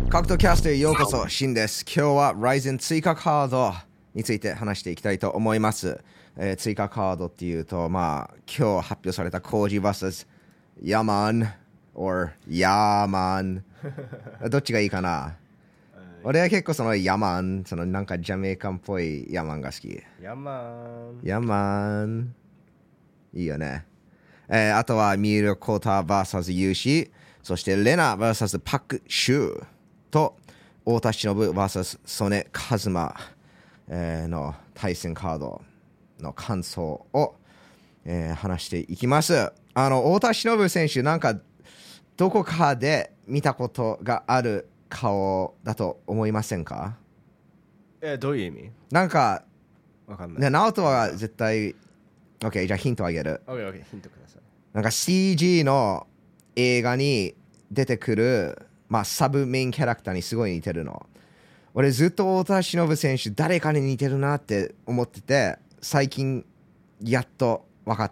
格闘キャストへようこそ、シンです。今日は Ryzen 追加カードについて話していきたいと思います。追加カードっていうと、今日発表されたコージ vs ヤマン or ヤーマンどっちがいいかな。俺は結構そのヤマン、そのなんかジャメイカンっぽいヤマンが好き。 ヤマンいいよね。あとはミール・コーター vs ユーシ、そしてレナ vs パク・シューと太田忍 vs 曽根一馬、の対戦カードの感想を、話していきます。太田忍選手、なんかどこかで見たことがある顔だと思いませんか？ どういう意味？ なんかわかんない。 ね、ナオトは絶対 OK、 じゃあヒントあげる。 OK、ヒントください。 なんか CG の映画に出てくる、サブメインキャラクターにすごい似てるの。俺ずっと太田忍選手誰かに似てるなって思ってて、最近やっと分かった。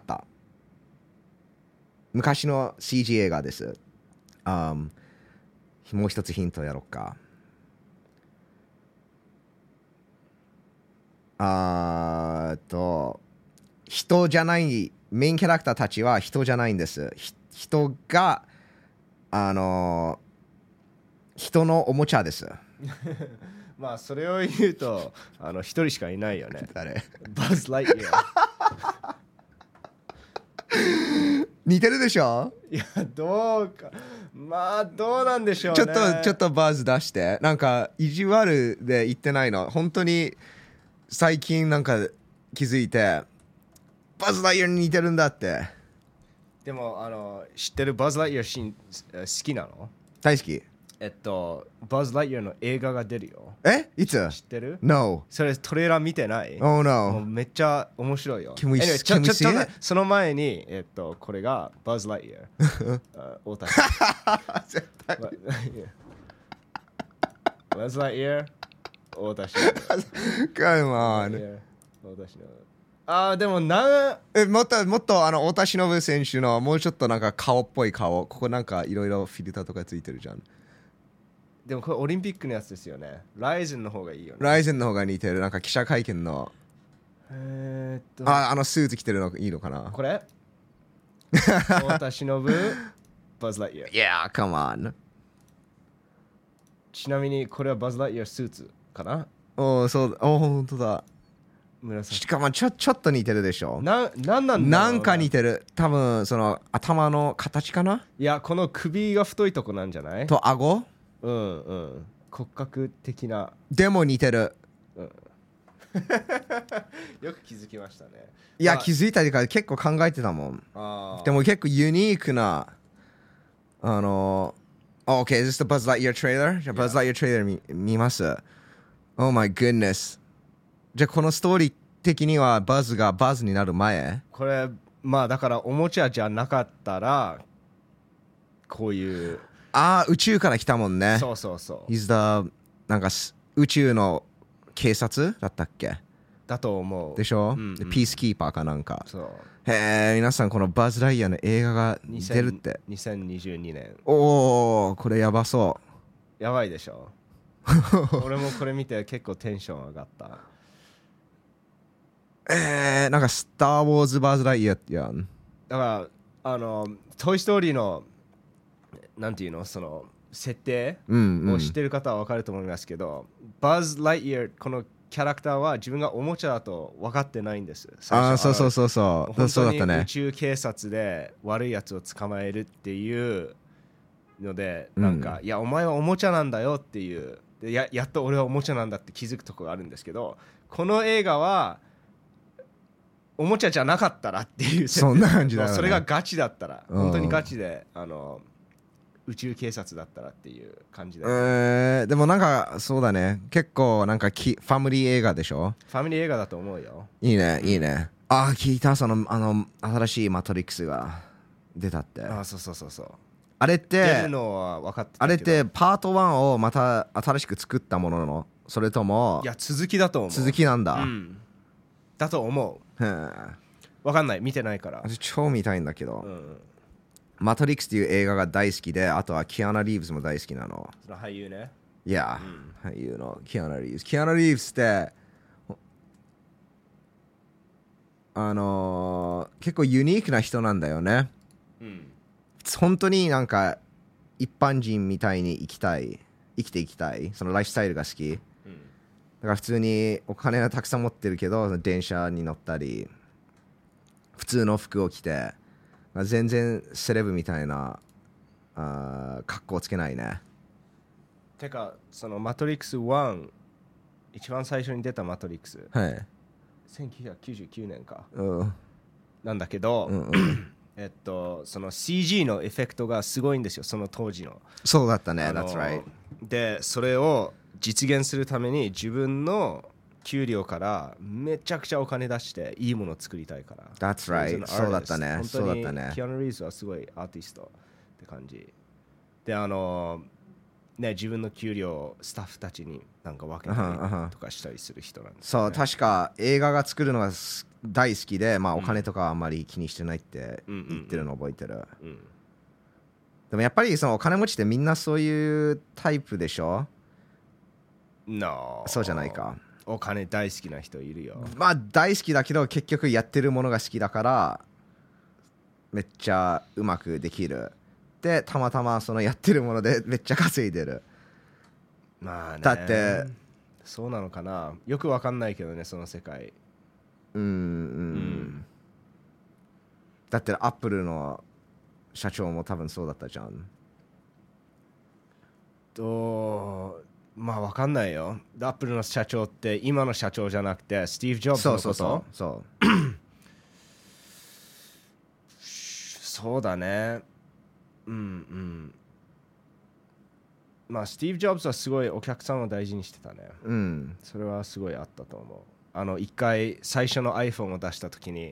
昔の CG 映画です。もう一つヒントやろうか。人じゃない、メインキャラクターたちは人じゃないんです。人が人のおもちゃです。 まあそれを言うと一人しかいないよね。 誰？ バズ・ライトイヤー。 似てるでしょ？ いやどうか、まあどうなんでしょうね。 ちょっとバズ出して。なんか意地悪で言ってないの。本当に最近なんか気づいてバズ・ライヤーに似てるんだって。 でも知ってるバズ・ライトイヤーシーン好きなの？ 大好き。 バズ・ライトイヤーの映画が出るよ。 いつ？ 知ってる？ No。 それトレーラー見てない？ Oh もう no。 めっちゃ面白いよ。 Can we Anyway, see it? その前にこれがバズ・ライトイヤー。太田さん。 絶対バズ・ライトイヤー。太田さん。 Come on。 でももっと太田忍選手のもうちょっとなんか顔っぽい顔、ここなんかいろいろフィルターとかついてるじゃん。 でもこれオリンピックのやつですよね。ライゼンの方がいいよね。 ライゼンの方が似てる。なんか記者会見のスーツ着てるのいいのかな。 これ太田忍バズ・ライトイヤー。 Yeah, come on。 ちなみにこれはバズ・ライトイヤースーツかな。 そうだ。本当だ。しかもちょっと似てるでしょ。 なんなんだろうなんか似てる。多分その頭の形かな。 いやこの首が太いとこなんじゃない？ と顎。 骨格的な。 でも似てる。 よく気づきましたね。 いや、気づいたりか結構考えてたもん。でも結構ユニークなOK, is this the Buzz Lightyear trailer? じゃあ Buzz Lightyear trailer 見ます。Oh my goodness。 じゃあこのストーリー的にはバズがバズになる前？ これだからおもちゃじゃなかったらこういう宇宙から来たもんね。 そうそうそう。 He's the なんか宇宙の警察だったっけ？ だと思う。 でしょ？ピースキーパーかなんか。 そう。 皆さんこのバズ・ライヤーの映画が出るって。 2022年。 これやばそう。 やばいでしょ。俺もこれ見て結構テンション上がった。 なんかスター・ウォーズ・バズ・ライヤーやん。 だからトイ・ストーリーのなんていうの、その設定を知ってる方は分かると思いますけど、バズ・ライトイヤーこのキャラクターは自分がおもちゃだと分かってないんです。 そう本当にだったね。 宇宙警察で悪いやつを捕まえるっていうので、なんか、いやお前はおもちゃなんだよっていうで、やっと俺はおもちゃなんだって気づくところがあるんですけど、この映画はおもちゃじゃなかったらっていうそんな感じだよね。 それがガチだったら、本当にガチで宇宙警察だったらっていう感じで、 でもなんかそうだね。結構なんかファミリー映画でしょ。 ファミリー映画だと思うよ。 いいねいいね。聞いた。その新しいマトリックスが出たって。 そうあれって出るのは分かってたけど、 あれってパート1をまた新しく作ったものなの？それともいや続きだと思う。 続きなんだ。 だと思う。分かんない、見てないから。 超見たいんだけど、マトリックスっていう映画が大好きで、あとはキアナ・リーブスも大好きなの。 その俳優ね。 いや、俳優のキアヌ・リーブス。キアヌ・リーブスって、結構ユニークな人なんだよね。本当になんか一般人みたいに生きていきたい。そのライフスタイルが好き。だから普通にお金はたくさん持ってるけど、電車に乗ったり、普通の服を着て、全然セレブみたいな格好をつけないね。 てか、そのマトリックス1、一番最初に出たマトリックス、 はい。 1999年か。 うん。 なんだけど、その CG のエフェクトがすごいんですよ、その当時の。 そうだったね、That's right。 で、それを実現するために自分の給料からめちゃくちゃお金出していいものを作りたいから。 That's right。そうだったね。 本当にキアヌ・リーブスはすごいアーティストって感じ。で、ね、自分の給料をスタッフたちになんか分けたりとかしたりする人なんです、ね。 そう、確か映画が作るのが大好きで、まあお金とかはあんまり気にしてないって言ってるのを覚えてる。でもやっぱりそのお金持ちってみんなそういうタイプでしょ？ No。 そうじゃないか。 お金大好きな人いるよ。 まあ大好きだけど結局やってるものが好きだからめっちゃうまくできる。でたまたまそのやってるものでめっちゃ稼いでる。 まあね。 だってそうなのかな。よくわかんないけどね、その世界。 だってアップルの社長も多分そうだったじゃん。 まあわかんないよ。アップルの社長って今の社長じゃなくてスティーブ・ジョブズのこと。そうだね。まあスティーブ・ジョブズはすごいお客さんを大事にしてたね。それはすごいあったと思う。一回最初の iPhone を出した時に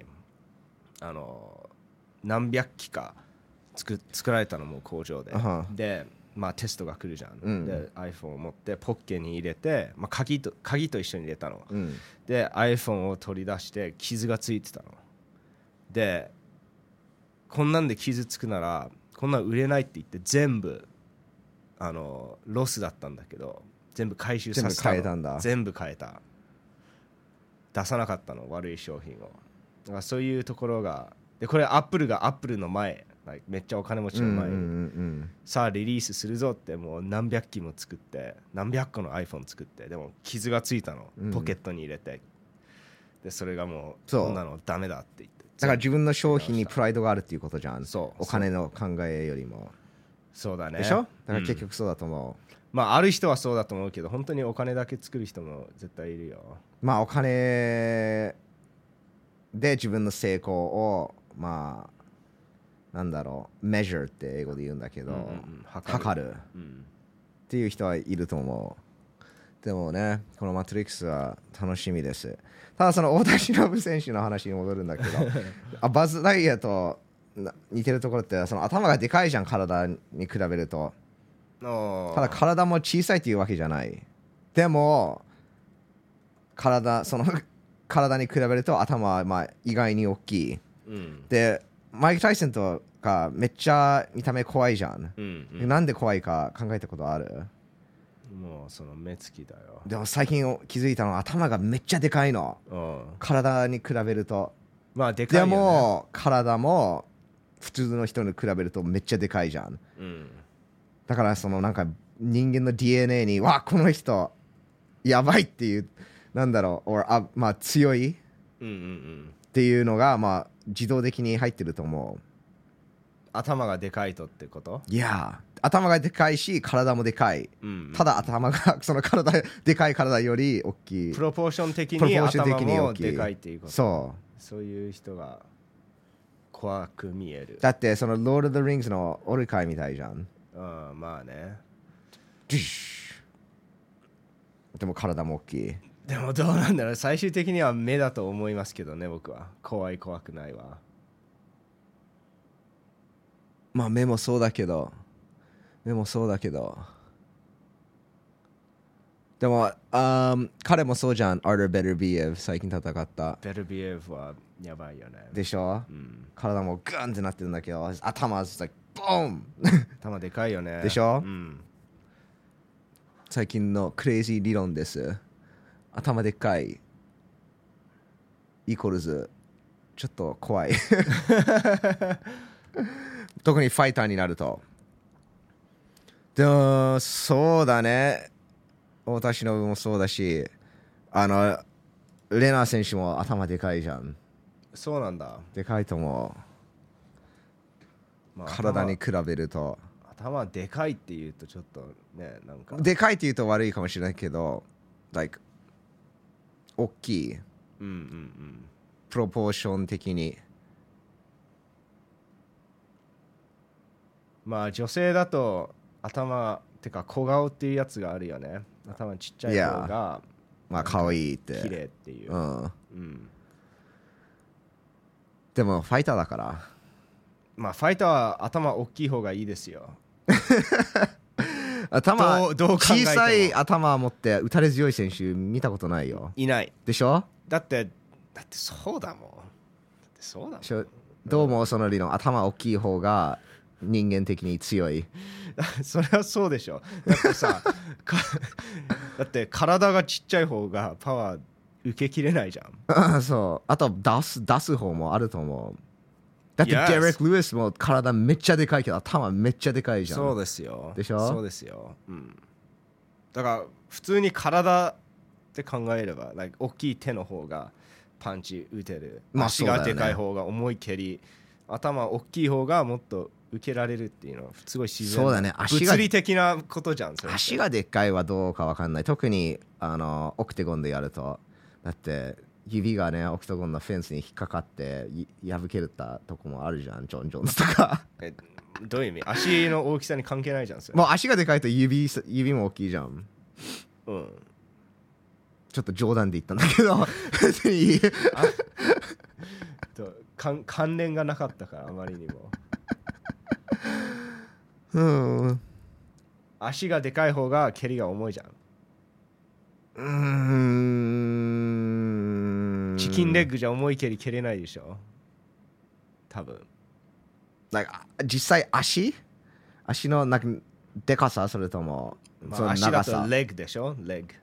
何百機か作られたのも工場で、で、まあ、テストが来るじゃん、で iPhone を持ってポッケに入れて、まあ、鍵と一緒に入れたの、で iPhone を取り出して傷がついてたので、こんなんで傷つくならこんなん売れないって言って全部ロスだったんだけど全部回収させたの。全部変えた。出さなかったの、悪い商品を。だからそういうところがで、これアップルがアップルの前、めっちゃお金持ちの前に、さあリリースするぞってもう何百機も作って何百個の iPhone 作って、でも傷がついたの、ポケットに入れて、でそれがもうこんなのダメだって言って、 だから自分の商品にプライドがあるっていうことじゃん。お金の考えよりも。 そうだね。 でしょ？だから結局そうだと思う。 まあある人はそうだと思うけど、本当にお金だけ作る人も絶対いるよ。 まあお金で自分の成功をまあなんだろう、measure って英語で言うんだけど、測るっていう人はいると思う。でもね、このマトリックスは楽しみです。ただその大田忍選手の話に戻るんだけどバズ・ライヤーと似てるところってその頭がでかいじゃん、体に比べると。ただ体も小さいっていうわけじゃない。でもその体に比べると頭はまあ意外に大きい、でマイク・タイソンとかめっちゃ見た目怖いじゃん、なんで怖いか考えたことある？ もうその目つきだよ。 でも最近気づいたのは頭がめっちゃでかいの、体に比べると。 まあでかいよね。 でも体も普通の人に比べるとめっちゃでかいじゃん、だからそのなんか人間の DNA にわこの人やばいっていうなんだろう、まあ強いっていうのがまあ自動的に入ってると思う。 頭がでかいとってこと？ いや頭がでかいし体もでかい、ただ頭がそのでかい体より大きい。 プロポーション的に頭もでかいっていうこと。そういう人が怖く見える。 だってそのロード・オブ・ザ・リングスのオルカイみたいじゃん。 まあね。 でも体も大きい。 でもどうなんだろう、最終的には目だと思いますけどね、僕は。怖くないわ。 まあ目もそうだけどでも彼もそうじゃん。アルベルビエフ最近戦ったベルビエフはやばいよね。 でしょ、体もグーンってなってるんだけど頭はボーン頭でかいよね。 でしょ、 最近のクレイジー理論です。頭でっかいイコールズちょっと怖い特にファイターになると。でもそうだね、大田忍もそうだし、レナー選手も頭でかいじゃん。 そうなんだ。 でかいと思う、 まあ体に比べると。 頭でかいって言うとちょっとね、なんかでかいって言うと悪いかもしれないけど、like 大きい、 うんうんうん、 プロポーション的に。 まあ女性だと頭てか小顔っていうやつがあるよね。頭ちっちゃい方がまあ可愛いって綺麗っていう、 うんうん、 でもファイターだから。 まあファイターは頭大きい方がいいですよ。 頭どう考えても小さい頭持って打たれ強い選手見たことないよ。 いないでしょ。 だってそうだもん。 どうもその理論、頭大きい方が人間的に強い。 それはそうでしょ。だってさだって体がちっちゃい方がパワー受けきれないじゃん。 そう、あと出す方もあると思う。だって Yes デレック・ルイスも体めっちゃでかいけど頭めっちゃでかいじゃん。 そうですよ。 でしょ。 そうですよ、うん、だから普通に体って考えれば、like、大きい手の方がパンチ打てる、 まあ足がでかい方が重い蹴り、頭大きい方がもっと受けられるっていうのはすごい自然な、 そうだね、足が物理的なことじゃん。それって足がでっかいはどうかわかんない。特にオクテゴンでやると、だって指がねオクテゴンのフェンスに引っかかって破けたとこもあるじゃん、ジョン・ジョーンズとかどういう意味？足の大きさに関係ないじゃんそれ。 もう足がでかいと指も大きいじゃん。 うん、 ちょっと冗談で言ったんだけど別にいい関連がなかったからあまりにもうん、 足がでかい方が蹴りが重いじゃん。チキンレッグじゃ重い蹴り蹴れないでしょ多分。 like 実際足のなんかでかさ、それとも、 まあ、 その足だ長さ。 とレッグでしょ。レッグ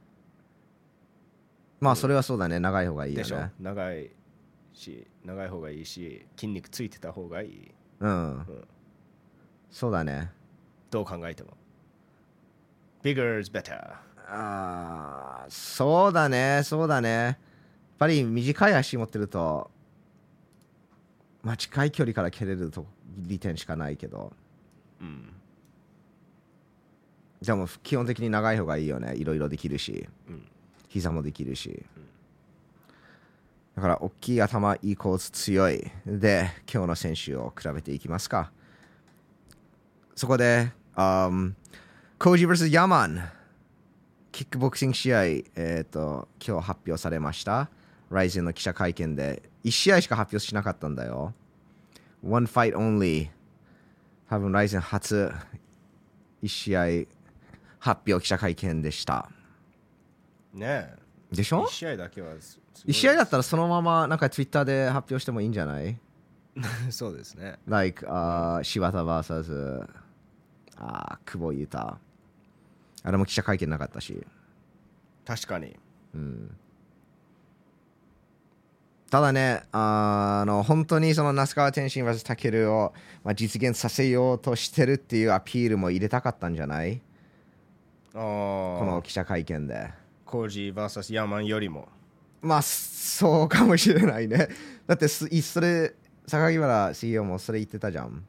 まあそれはそうだね、長い方がいいよでしょ。 ね。 長い方がいいし、筋肉ついてた方がいい。 うん、そうだね。 どう考えても Bigger is better。 そうだね。やっぱり短い足持ってると、まあ近い距離から蹴れると利点しかないけど、 うん、 でも基本的に長い方がいいよね。いろいろできるし、 うん、 膝もできるし、だから大きい頭イコール強いで、今日の選手を比べていきますか。そこでコージ vs ヤマンキックボクシング試合、今日発表されました。ライゼンの記者会見で1試合しか発表しなかったんだよ。One fight only。多分ライゼン初1試合発表記者会見でしたねえ。 でしょ。 1試合だけは 1試合だったらそのままなんかツイッターで発表してもいいんじゃない？ そうですね。 like、柴田 vs 久保優太、あれも記者会見なかったし。 確かに。 ただね、本当にその那須川天心 vs タケルを、実現させようとしてるっていうアピールも入れたかったんじゃない？この記者会見で。 コージ vs ヤーマンよりも。 まあそうかもしれないね。だってそれ榊原 CEO もそれ言ってたじゃん。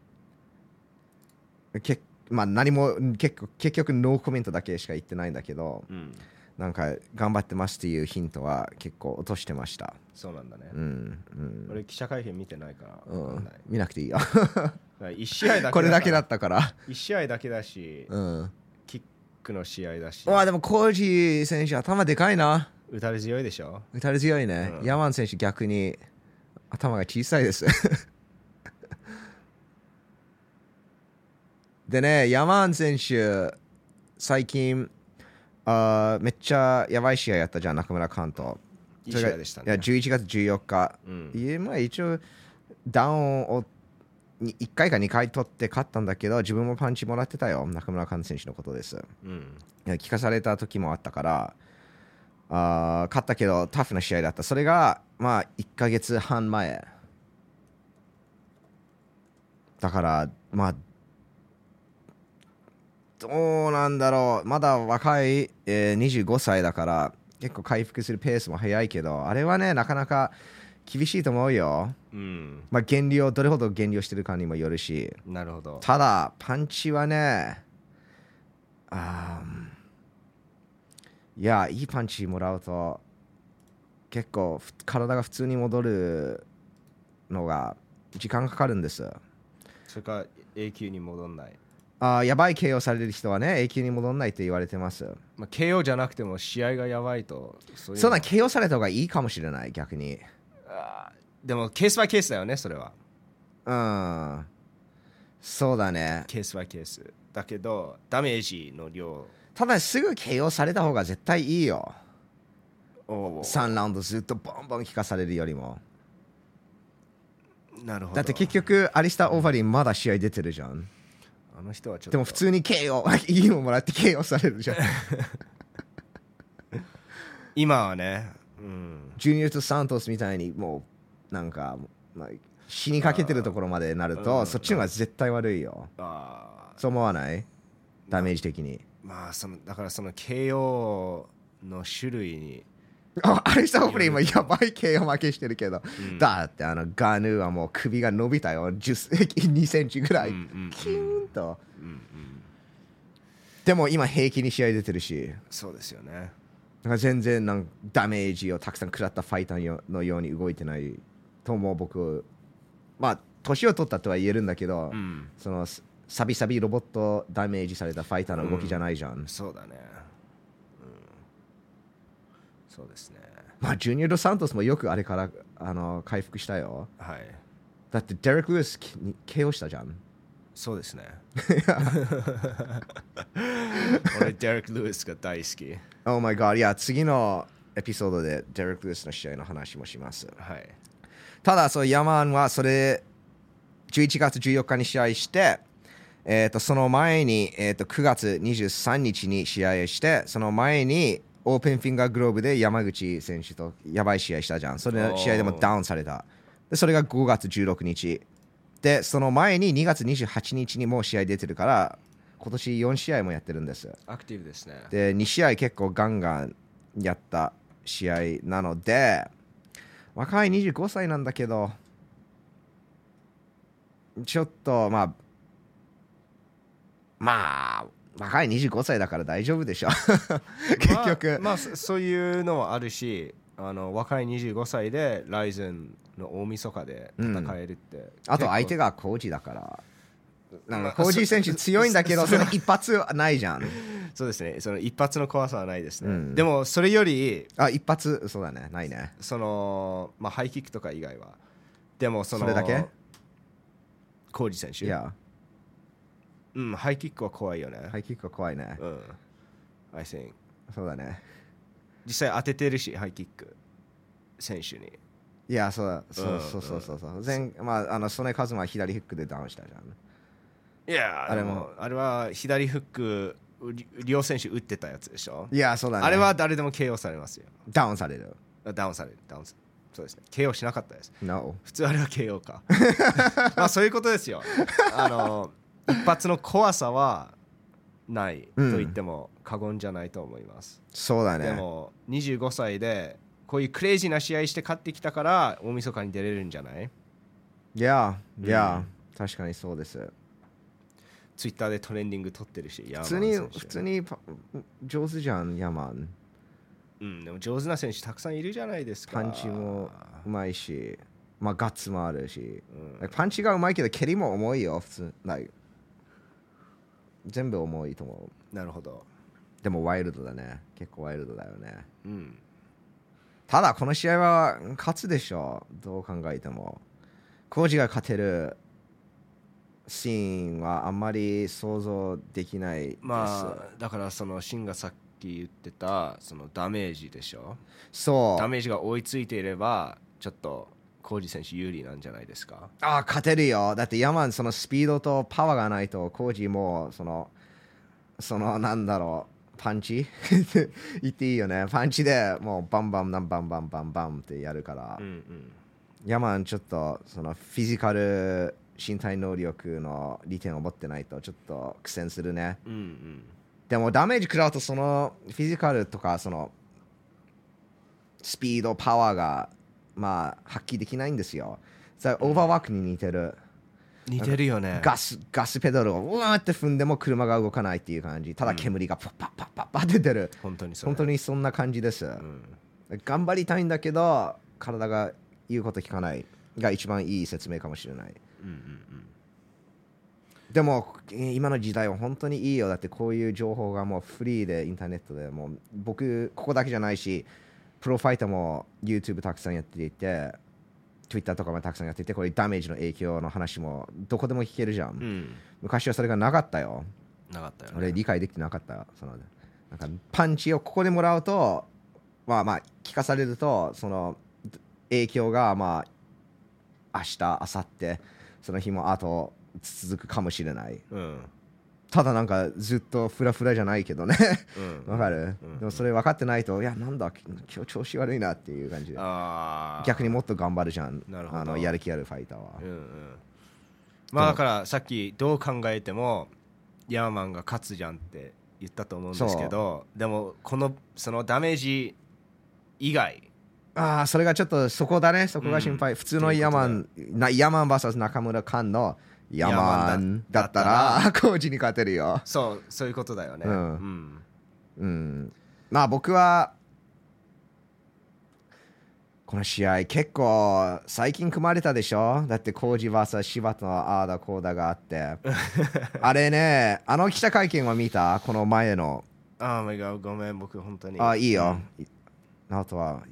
まあ何も結局ノーコメントだけしか言ってないんだけど、なんか頑張ってますっていうヒントは結構落としてました。 そうなんだね。俺記者会見見てないから、 見なくていいよ 1試合だけこれだけだったから 1試合だけだし、キックの試合だし。 でもコージ選手頭でかいな。 打たれ強いでしょ。 打たれ強いね。ヤマン選手逆に頭が小さいですでね、ヤマン選手最近めっちゃやばい試合やったじゃん、中村監督。 いい試合でしたね。 いや11月14日、まあ一応ダウンを 1回か2回取って勝ったんだけど、自分もパンチもらってたよ。中村寛選手のことです。聞かされた時もあったから、勝ったけどタフな試合だった。それが、まあ、1ヶ月半前。だから、まあ、どうなんだろう。まだ若い、25歳だから、結構回復するペースも早いけど、あれはね、なかなか厳しいと思うよ。まあ、減量、どれほど減量してるかにもよるし。 なるほど。 ただ、パンチはね、いや、いいパンチもらうと、結構、体が普通に戻るのが時間かかるんです。 それから永久に戻んない。 やばい KO される人はね、永久に戻んないって言われてます。 まあ、KO じゃなくても試合がやばいと。 そうだ、KO された方がいいかもしれない、逆に。 でも、ケースバイケースだよね、それは。 そうだね。 ケースバイケース。だけど、ダメージの量。 ただ、すぐ KO された方が絶対いいよ。3ラウンドずっとボンボン効かされるよりも。 なるほど。 だって結局、アリスター・オーバリンまだ試合出てるじゃん。 あの人はちょっと。 でも普通に KO、いいのもらって KO されるじゃん。 今はね、 ジュニアとサントスみたいに、もう、なんか、まあ、死にかけてるところまでなると、そっちの方が絶対悪いよ。そう思わない？ダメージ的に。 まあ、だからその KO の種類に。 アリスター・オーバリン今やばい KO 負けしてるけど、だってガヌーはもう首が伸びたよ。2センチぐらい。キューンと。でも今平気に試合出てるし。 そうですよね。 全然ダメージをたくさん食らったファイターのように動いてないと思う。僕、まあ年を取ったとは言えるんだけど、そのサビサビロボットダメージされたファイターの動きじゃないじゃん。 そうだね。そうですね。 まあジュニア・ド・サントスもよくあれから回復したよ。 はい。 だってデレック・ルイスに KO したじゃん。 そうですね。俺デレック・ルイスが大好き。 Oh my god。いや、次のエピソードでデレック・ルイスの試合の話もします。 はい。 ただ、ヤマンはそれ11月14日に試合して、その前に、9月23日に試合して、その前にオープンフィンガーグローブで山口選手とやばい試合したじゃん。それの試合でもダウンされた。でそれが5月16日。で、その前に2月28日にもう試合出てるから、今年4試合もやってるんです。 アクティブですね。 で、2試合結構ガンガンやった試合なので、若い25歳なんだけど、ちょっとまあ若い25歳だから大丈夫でしょ。結局、 まあそういうのはあるし、若い25歳でライゼンの大晦日で戦えるって、 あと相手がコージだから、なんかコージ選手強いんだけど、その一発はないじゃん。 そうですね、その一発の怖さはないですね。でもそれより一発、そうだね、ないね。 まあハイキックとか以外は。でもそれだけコージ選手。 いや、 ハイキックは怖いよね。 ハイキックは怖いね。 I think。 そうだね。 実際当ててるし、ハイキック選手に。 いや、そうまあ曽根一馬は左フックでダウンしたじゃん。 いや、あれは左フック両選手打ってたやつでしょ。 いや、そうだね。 あれは誰でも KO されますよ。 ダウンされる。 そうですね。KO しなかったです。 No。 普通あれは KO か。まあそういうことですよ。一発の怖さはないと言っても過言じゃないと思います。 そうだね。 でも25歳でこういうクレイジーな試合して勝ってきたから大晦日に出れるんじゃない？ いや、確かにそうです。 ツイッターでトレンディング取ってるし、 普通に上手じゃん、ヤマン。 でも上手な選手たくさんいるじゃないですか。 パンチもうまいし、まあガッツもあるし、パンチがうまいけど蹴りも重いよ、普通。全部重いと思う。なるほど。 でもワイルドだね。結構ワイルドだよね。ただこの試合は勝つでしょ。どう考えても。コージが勝てるシーンはあんまり想像できないです。 まあだからシンがさっき言ってたそのダメージでしょ。 そう。 ダメージが追いついていればちょっとコージ選手有利なんじゃないですか。 勝てるよ。だってヤマンそのスピードとパワーがないとコージもそのなんだろうパンチ言っていいよね。パンチでもうバンバンバンバンバンバンバンってやるから、ヤマンちょっとそのフィジカル身体能力の利点を持ってないとちょっと苦戦するね。でもダメージ食らうとそのフィジカルとかそのスピードパワーがまあ発揮できないんですよ。オーバーワークに似てる。 似てるよね。 ガスペダルをうわーって踏んでも車が動かないっていう感じ。ただ煙がパッパッパッパッパッって出る。 本当にそんな感じです。頑張りたいんだけど体が言うこと聞かないが一番いい説明かもしれない。でも今の時代は本当にいいよ。だってこういう情報がもうフリーでインターネットでもう僕ここだけじゃないしプロファイターも YouTube たくさんやっていて Twitter とかもたくさんやっていてこれダメージの影響の話もどこでも聞けるじゃん、昔はそれがなかったよ。俺理解できてなかったよ。なんかパンチをここでもらうとまあ聞かされるとその影響がまあ明日明後日その日もあと続くかもしれない、ただなんかずっとフラフラじゃないけどねわかる、でもそれ分かってないといやなんだ今日調子悪いなっていう感じで逆にもっと頑張るじゃん。やる気あるファイターは、 まあだからさっきどう考えてもヤーマンが勝つじゃんって言ったと思うんですけど、でもそのダメージ以外それがちょっとそこだね。そこが心配、普通のヤマン vs 中村寛のヤマンだったらコーチに勝てるよ。 そういうことだよね。 まあ僕はこの試合結構最近組まれたでしょ。だってコージ vs 柴田のあーだこーだがあってあれね記者会見は見たこの前の。 ごめん僕本当にいいよ、あとは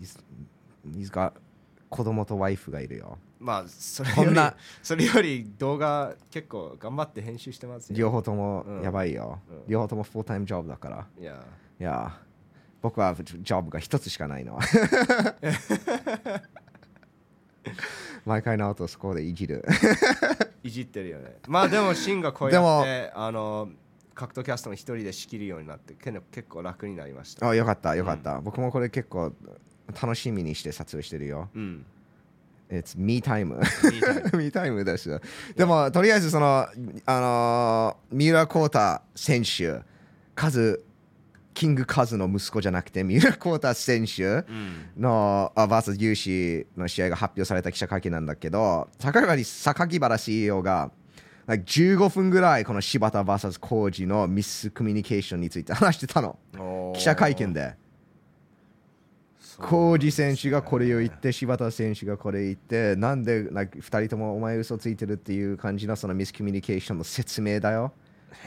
子供とワイフがいるよ。 まあそれより動画結構頑張って編集してますよ。 両方ともやばいよ、両方ともフルタイムジョブだから。いや僕はジョブが一つしかないの毎回なおとそこでいじるいじってるよね。まあでもシンがこうやって格闘キャストの一人で仕切るようになって結構楽になりました。 よかったよかった、僕もこれ結構楽しみにして撮影してるよ。It's me time me time です。でもとりあえずその三浦孝太選手キングカズの息子じゃなくて三浦孝太選手のVS 有志の試合が発表された記者会見なんだけど、榊原 CEO が15分ぐらいこの柴田 VS コージのミスコミュニケーションについて話してたの。記者会見でコージ選手がこれを言って柴田選手がこれ言ってなんで2人ともお前嘘ついてるっていう感じのそのミスコミュニケーションの説明だよ。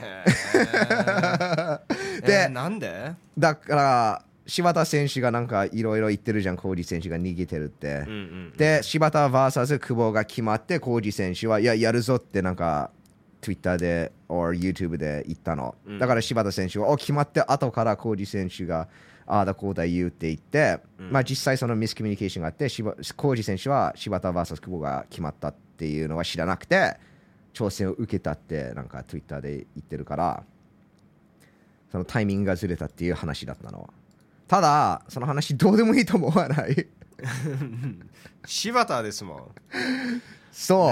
でなんでだから柴田選手がなんかいろいろ言ってるじゃん。コージ選手が逃げてるって、で柴田 VS 久保が決まってコージ選手はいややるぞってなんか Twitter で or YouTube で言ったの、だから柴田選手は決まって後からコージ選手がああだこうだ言うって言って、まあ実際そのミスコミュニケーションがあってコージ選手は柴田 VS 久保が決まったっていうのは知らなくて挑戦を受けたってなんか Twitter で言ってるから、そのタイミングがずれたっていう話だったの。ただその話どうでもいいと思わない柴田ですもんそう、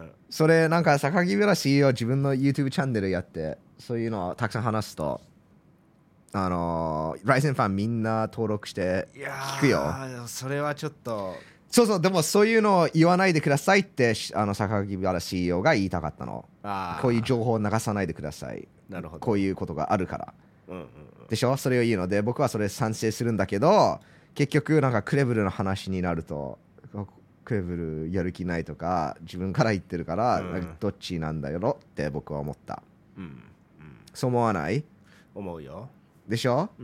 それなんか榊原 CEO 自分の YouTube チャンネルやってそういうのをたくさん話すとライゼンファンみんな登録して聞くよ。 それはちょっとそうでもそういうのを言わないでくださいって榊原 CEO が言いたかったの。こういう情報を流さないでください。 なるほど。 こういうことがあるから、でしょ。それを言うので僕はそれ賛成するんだけど結局なんかクレブルの話になるとクレブルやる気ないとか自分から言ってるから、どっちなんだよって僕は思った、そう思わない？ 思うよ。 でしょ、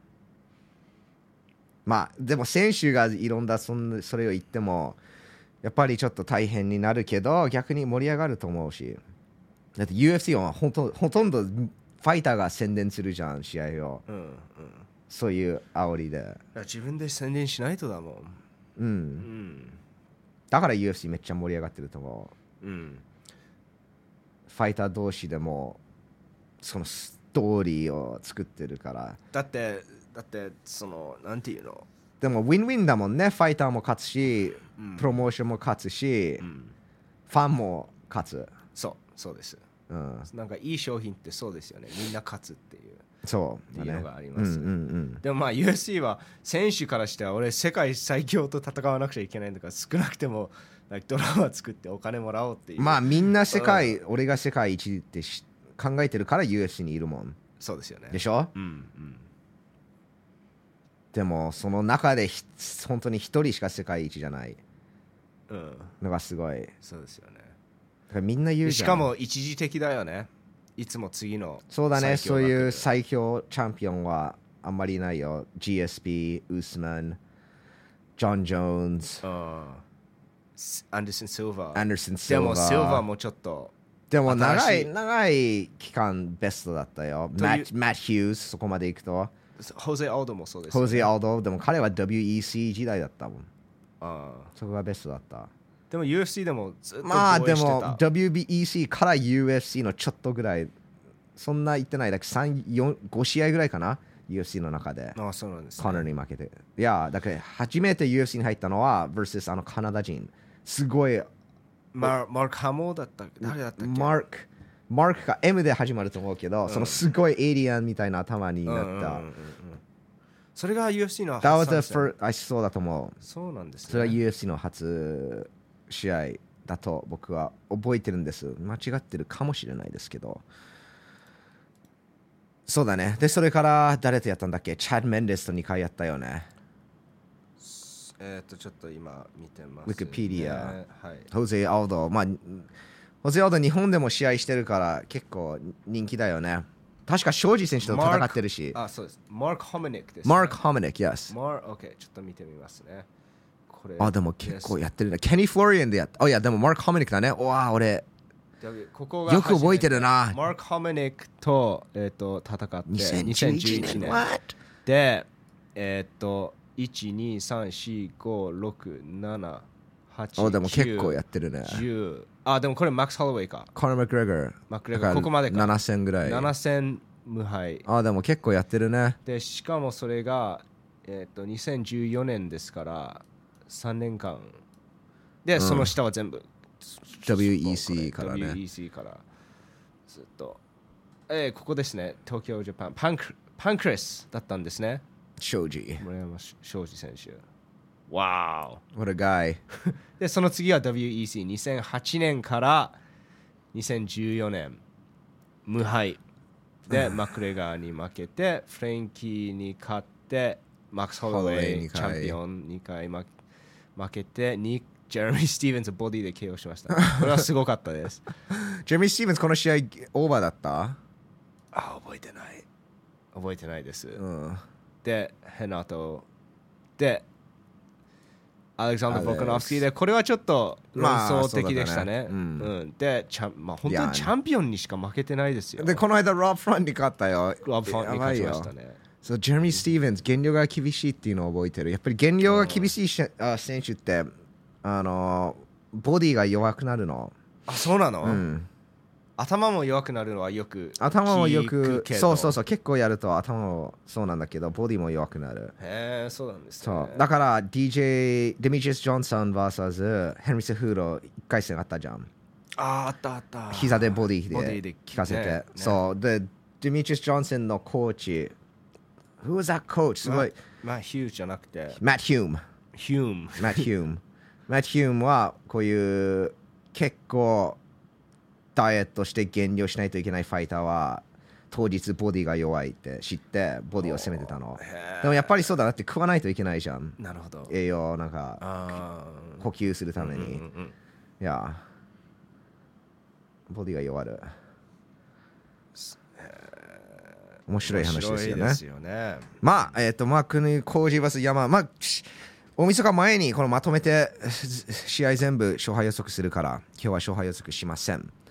まあでも選手がいろんなそれを言ってもやっぱりちょっと大変になるけど逆に盛り上がると思うし、だって UFC はほとんどファイターが宣伝するじゃん試合を、そういう煽りで自分で宣伝しないとだもん。 だから UFC めっちゃ盛り上がってると思う。 うん、 ファイター同士でもそのストーリーを作ってるから。 だってそのなんていうの、 でもウィンウィンだもんね。ファイターも勝つし、 うん、 プロモーションも勝つし、 うん、 ファンも勝つ。 そうです、 うん、 なんかいい商品ってそうですよね。みんな勝つっていうそうっていうのがあります、 うんうんうん、 でもまあ UFC は選手からしては俺世界最強と戦わなくちゃいけないんだから、少なくてもドラマ作ってお金もらおうっていう。 まあみんな俺が世界一って考えてるから UFC にいるもん。 そうですよね。 でしょ、 うんうん、 でもその中で本当に一人しか世界一じゃないのがすごい。 そうですよね。 だからみんな言うじゃん。 しかも一時的だよね。いつも次のそうだね。そういう最強チャンピオンはあんまりいないよ。 GSP、ウスマン、ジョン・ジョーンズ、 アンダーソン・シルバー。 でもシルバーもちょっとでも長い期間ベストだったよ。マット・ヒューズ、そこまで行くと。 ホゼ・アルドもそうです、 ホゼ・アルド、でも彼は WEC 時代だったもん。 あそこがベストだった。 でも UFC でもずっとまあ防衛してた。 でも WBEC から UFC のちょっとぐらい、そんな言ってない。だけど5試合ぐらいかな、 UFC の中で。 あ、そうなんですね。 コナーに負けて。いや、だから初めて UFC に入ったのは versus カナダ人。すごい。 マーク・ハモだったっけ？誰だったっけ？ マークが M で始まると思うけど、そのすごいエイリアンみたいな頭になった。 それが UFC の初戦。そうだと思う。 そうなんですね。 それは UFC の初試合だと僕は覚えてるんです。間違ってるかもしれないですけど。そうだね。で、それから誰とやったんだっけ？チャッド・メンデスと2回やったよね。 ちょっと今見てます、ね。 ウィキペディア、 はい、 ホゼ・アルド。まあ、ホゼ・アルド日本でも試合してるから結構人気だよね。確か庄司選手と戦ってるし。 あ、そうです。マーク・ホミニックです、 ね。マーク・ホミニック、yes。 OK、ちょっと見てみますね。これあ、でも結構やってるね。ケニー・フロリアンでやった。いや、でもマーク・ホミニックだね。俺。 ここがよく覚えてるな。 マーク・ホミニックと、戦って 2011年。 で、1、2、3、4、5、6、7、8、 でも結構やってるね。 10。あ、でもこれマックス・ホロウェイか。 コナー・マクレガー。 ここまでか。 7戦ぐらい。 7戦無敗。 でも結構やってるね。 で、しかもそれが、2014年ですから、3年間。で、その下は全部。 WEC からね。 WEC からずっと。ここですね。東京ジャパン。パンクレスだったんですね。 庄司。 村山庄司選手。わー。 What a guy. で、その次は WEC。2008年から2014年。無敗。で、マクレガーに負けて、フレンキーに勝って、マックス・ホロウェイチャンピオン2回負けて、ジェレミー・スティーブンズボディで KO しました。これはすごかったです。 ジェレミー・スティーブンズこの試合オーバーだった？ 覚えてないです。で、ヘナトで、アレクサンダー・ボルカノフスキーで、これはちょっと論争的でしたね。で、本当にチャンピオンにしか負けてないですよ。 で、この間、ロブ・フロントに勝ったよ。 ロブ・フロントに勝ちましたね。 そう、ジェレミー・スティーブンズ、減量が厳しいっていうのを覚えてる。やっぱり減量が厳しい選手って、ボディが弱くなるの。 あ、そうなの？頭も弱くなるのはよくそう結構やると頭もそうなんだけどボディも弱くなる。 へえ、そうなんですね。 そうだからデミトリアス・ジョンソン vs ヘンリー・セフーロ1回戦あったじゃん。 あった膝でボディで効かせて、そうでデミトリアス・ジョンソンのコーチ Who was that coach? すごいマッヒューじゃなくてマット・ヒュームはこういう結構ダイエットして減量しないといけないファイターは当日ボディが弱いって知ってボディを攻めてたの。でもやっぱりそうだなって食わないといけないじゃん。 なるほど。 栄養なんか呼吸するために、いやボディが弱る。面白い話ですよね。まあマークにコージーバス山大晦日前にこのまとめて試合全部勝敗予測するから今日は勝敗予測しません。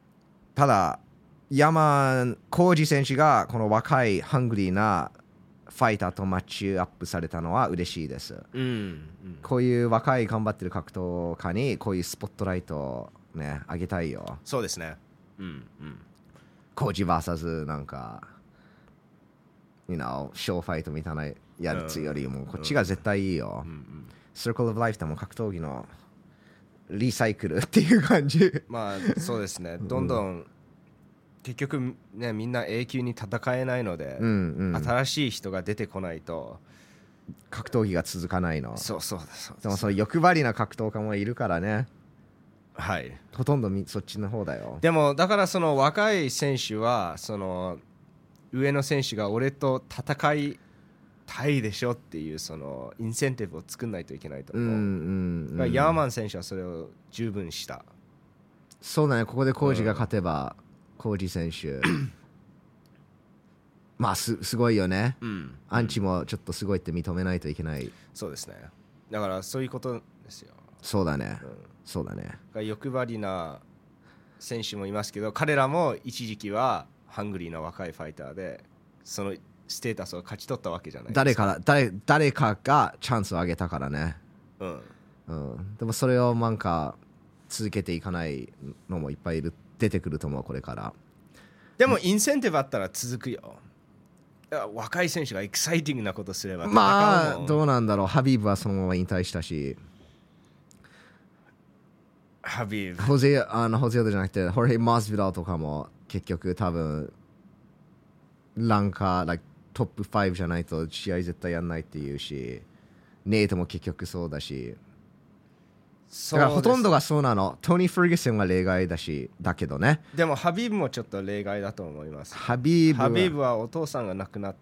ただコージ選手がこの若いハングリーなファイターとマッチアップされたのは嬉しいです。 うん、 こういう若い頑張ってる格闘家にこういうスポットライトをねあげたいよ。 そうですね。 コージ VS なんかショーファイトみたいなやつよりもこっちが絶対いいよ。Circle of Life でも格闘技のリサイクルっていう感じ。 まあそうですね。どんどん結局ねみんな永久に戦えないので、新しい人が出てこないと格闘技が続かないの。 そうです。 でもその欲張りな格闘家もいるからね。 はい。 ほとんどそっちの方だよ。 でもだからその若い選手はその上の選手が俺と戦いたいでしょっていうそのインセンティブを作んないといけないと思う。ヤーマン選手はそれを十分した。 そうだね。ここでコージが勝てば、コージ選手まあすごいよね。アンチもちょっとすごいって認めないといけない。 そうですね。だからそういうことですよ。 そうだね。そうだね。 欲張りな選手もいますけど、彼らも一時期はハングリーな若いファイターでそのステータスを勝ち取ったわけじゃないですか。 誰かがチャンスをあげたからね。でもそれをなんか続けていかないのもいっぱい出てくると思うこれから。 でもインセンティブあったら続くよ。若い選手がエキサイティングなことすれば戦うもん。 まあどうなんだろう。ハビーブはそのまま引退したし。 ハビーブ。 ホゼオドじゃなくてホルヘ・マスビダルとかも結局多分ランカートップ5じゃないと試合絶対やんないっていうし、ネイトも結局そうだし、だからほとんどがそうなの。トニー・フェルギュソンは例外だけどね。 でもハビーブもちょっと例外だと思います。 ハビーブはお父さんが亡くなって、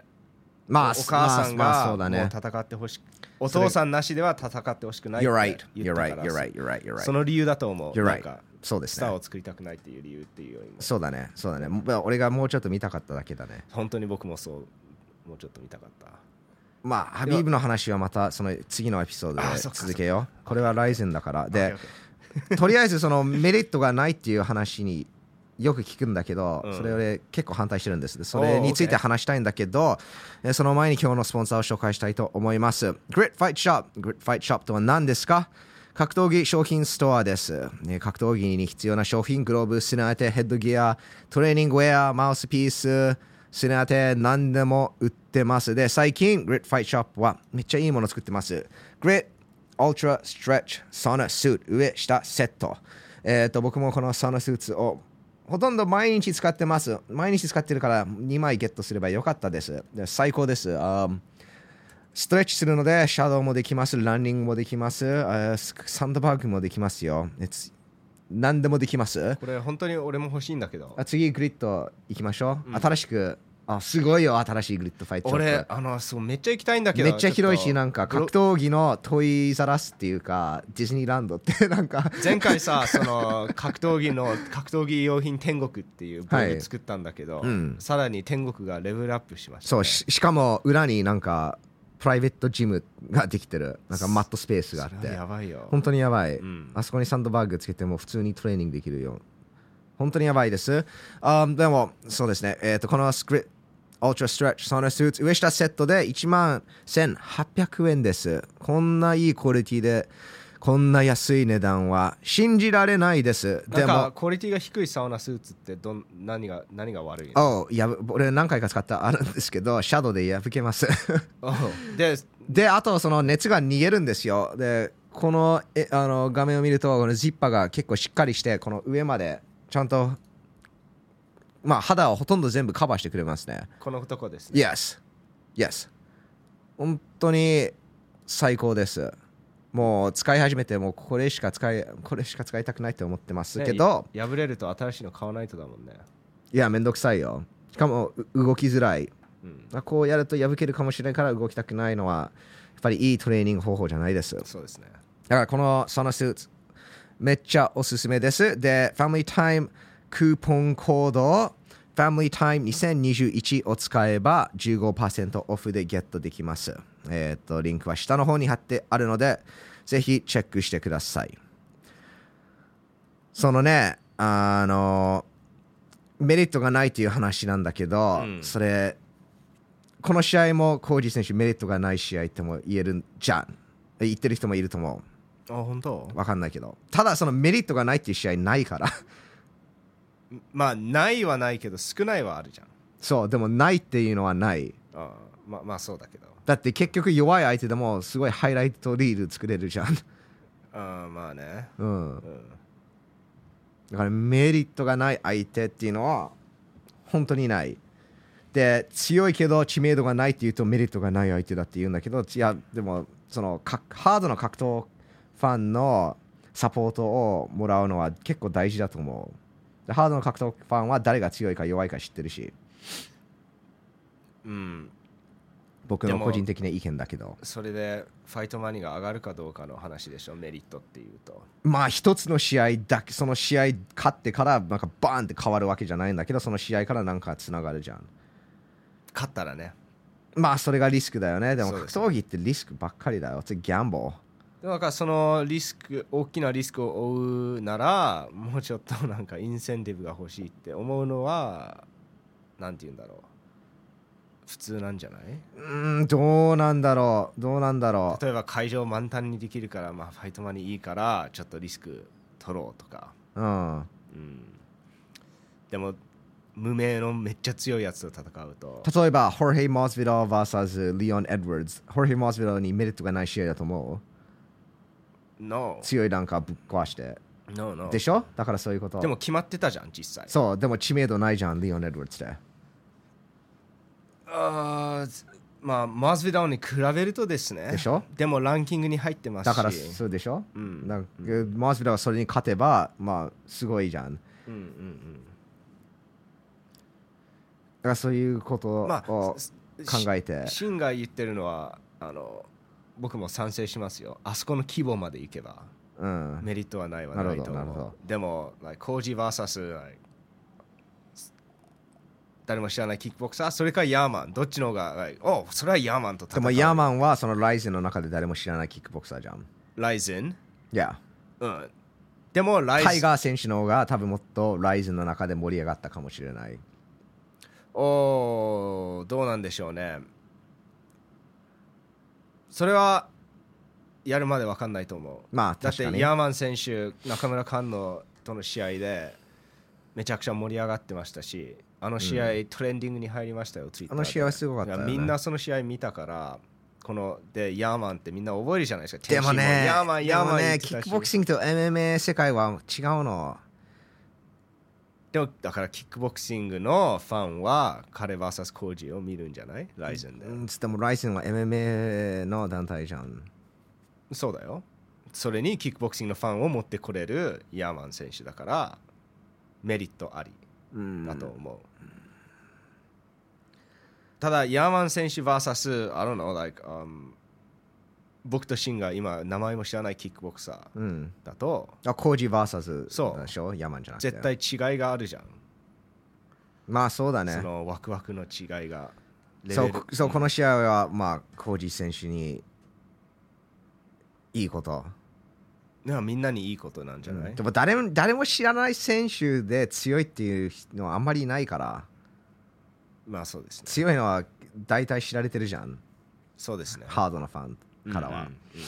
まあ、 お母さんがもうね、 戦ってほしく、お父さんなしでは戦ってほしくないって言ったから、 You're right. その理由だと思う。 You're right. なんかそうですね。 スターを作りたくないっていう理由っていうよりも。 そうだね。俺がもうちょっと見たかっただけだね。 本当に僕もそう、もうちょっと見たかった。 まあ、ハビーブの話はまたその次のエピソードで続けよう。これはライゼンだから。で、とりあえずそのメリットがないっていう話によく聞くんだけど、それを結構反対してるんです。それについて話したいんだけど、その前に今日のスポンサーを紹介したいと思います。Grit Fight Shop。Grit Fight Shop とは何ですか？格闘技商品ストアです。格闘技に必要な商品、グローブ、スナーテ、ヘッドギア、トレーニングウェア、マウスピース、スナーテ、何でも売ってます。で、最近、Grit Fight Shop はめっちゃいいもの作ってます。Grit Ultra Stretch Sauna Suit 上下セット。僕もこのサウナスーツをほとんど毎日使ってます。毎日使ってるから2枚ゲットすればよかったです。最高です。ストレッチするのでシャドウもできます。ランニングもできます。サンドバッグもできますよ。何でもできます。 これ本当に俺も欲しいんだけど。 次グリッド行きましょう。新しくすごいよ、新しいグリッドファイトショップ。 俺そうめっちゃ行きたいんだけど、 めっちゃ広いし、なんか格闘技のトイザラスっていうかディズニーランドってなんか前回さその格闘技用品天国っていうブログ作ったんだけど、さらに天国がレベルアップしました、ね、 そう しかも裏になんかプライベートジムができてる、なんかマットスペースがあって、 やばいよ、 本当にやばい、あそこにサンドバッグつけても普通にトレーニングできるよ。本当にやばいです。でもそうですね、このスクリットUltra Stretch Sauna Suits 上下セットで11,800円です。こんないいクオリティでこんな安い値段は信じられないです。 なんかクオリティが低いサウナスーツって何が悪いの？ 俺何回か使ったあるんですけど、シャドウで破けますであとその熱が逃げるんですよ。でこの画面を見るとこのジッパーが結構しっかりして、この上までちゃんと肌をほとんど全部カバーしてくれますね。 このとこですね。 Yes 本当に最高です。もう使い始めてもうこれしか使いたくないと思ってますけど、 破れると新しいの買わないとだもんね。 いやめんどくさいよ。しかも動きづらい、こうやると破けるかもしれないから動きたくないのはやっぱりいいトレーニング方法じゃないです。 そうですね。 だからこのサウナスーツめっちゃおすすめです。でファミリータイムクーポンコード FamilyTime2021 を使えば 15% オフでゲットできます。リンクは下の方に貼ってあるのでぜひチェックしてください。そのねメリットがないという話なんだけど、それここの試合もコージ選手メリットがない試合っても言えるじゃん。言ってる人もいると思あ、本当？ う。わかんないけど。ただそのメリットがないっていう試合ないから。 まあないはないけど少ないはあるじゃん。 そう、でもないっていうのはない。 まあそうだけど。 だって結局弱い相手でもすごいハイライトリール作れるじゃん。 まあね。 うん。だからメリットがない相手っていうのは本当にない。で、強いけど知名度がないっていうとメリットがない相手だって言うんだけど、いや、でもそのハードな格闘ファンのサポートをもらうのは結構大事だと思う。でハードな格闘ファンは誰が強いか弱いか知ってるし。 うん。 僕の個人的な意見だけど、 それでファイトマニーが上がるかどうかの話でしょ、メリットっていうと。 まあ一つの試合だけ、その試合勝ってからなんかバーンって変わるわけじゃないんだけど、その試合からなんかつながるじゃん。 勝ったらね。 まあそれがリスクだよね。でも格そうです闘技ってリスクばっかりだよ。ギャンボー。 だからそのリスク、大きなリスクを負うなら、もうちょっとなんかインセンティブが欲しいって思うのは、なんて言うんだろう、普通なんじゃない？ どうなんだろう。 例えば会場満タンにできるから、まあ、ファイトマニーいいからちょっとリスク取ろうとか、でも無名のめっちゃ強いやつと戦うと、 例えばホルヘイ・モスビド vs リオン・エドワーズ。ホルヘイ・モスビドにメリットがない試合だと思う。 No 強いなんかぶっ壊して No でしょ。だからそういうこと。 でも決まってたじゃん実際。 そう、でも知名度ないじゃん、リオン・エドワーズで。 まあマズビダオに比べるとですね。 でしょ。 でもランキングに入ってますし、 だからそうでしょ。なんかマスビダはそれに勝てばまあすごいじゃん。だからそういうことを考えて、 シンが言ってるのは僕も賛成しますよ。あそこの規模までいけば、メリットはないはないと思う。でもコージ VS 誰も知らないキックボクサー、それかヤーマン、どっちの方がそれはヤーマンと戦う。 でもヤーマンはそのライゼンの中で誰も知らないキックボクサーじゃん。 ライゼン？ いや、 でもタイガー選手の方が多分もっとライゼンの中で盛り上がったかもしれない。 どうなんでしょうね。それはやるまで分かんないと思う。 まあだってヤーマン選手、中村勘のとの試合でめちゃくちゃ盛り上がってましたし、あの試合、トレンディングに入りましたよ、ツイッターで。 あの試合はすごかったよね。 みんなその試合見たから、でヤーマンってみんな覚えるじゃないですか。 でもね、 ヤーマンキックボクシングと MMA 世界は違うの。 でもだからキックボクシングのファンは彼 VS コージを見るんじゃない？ライゼンで。 でもライゼンは MMA の団体じゃん。 そうだよ。それにキックボクシングのファンを持ってこれるヤーマン選手だからメリットありだと思う。ただヤーマン選手 VS I don't know like、僕とシンが今名前も知らないキックボクサーだと、 コージ VS そうでしょ、ヤーマンじゃなくて。 絶対違いがあるじゃん。 まあそうだね。 そのワクワクの違いが。 そう、この試合はまあコージ選手にいいこと。 みんなにいいことなんじゃない？ でも誰も知らない選手で強いっていうのはあんまりいないから。 まあそうですね。 強いのは大体知られてるじゃん。 そうですね。 ハードなファンからは。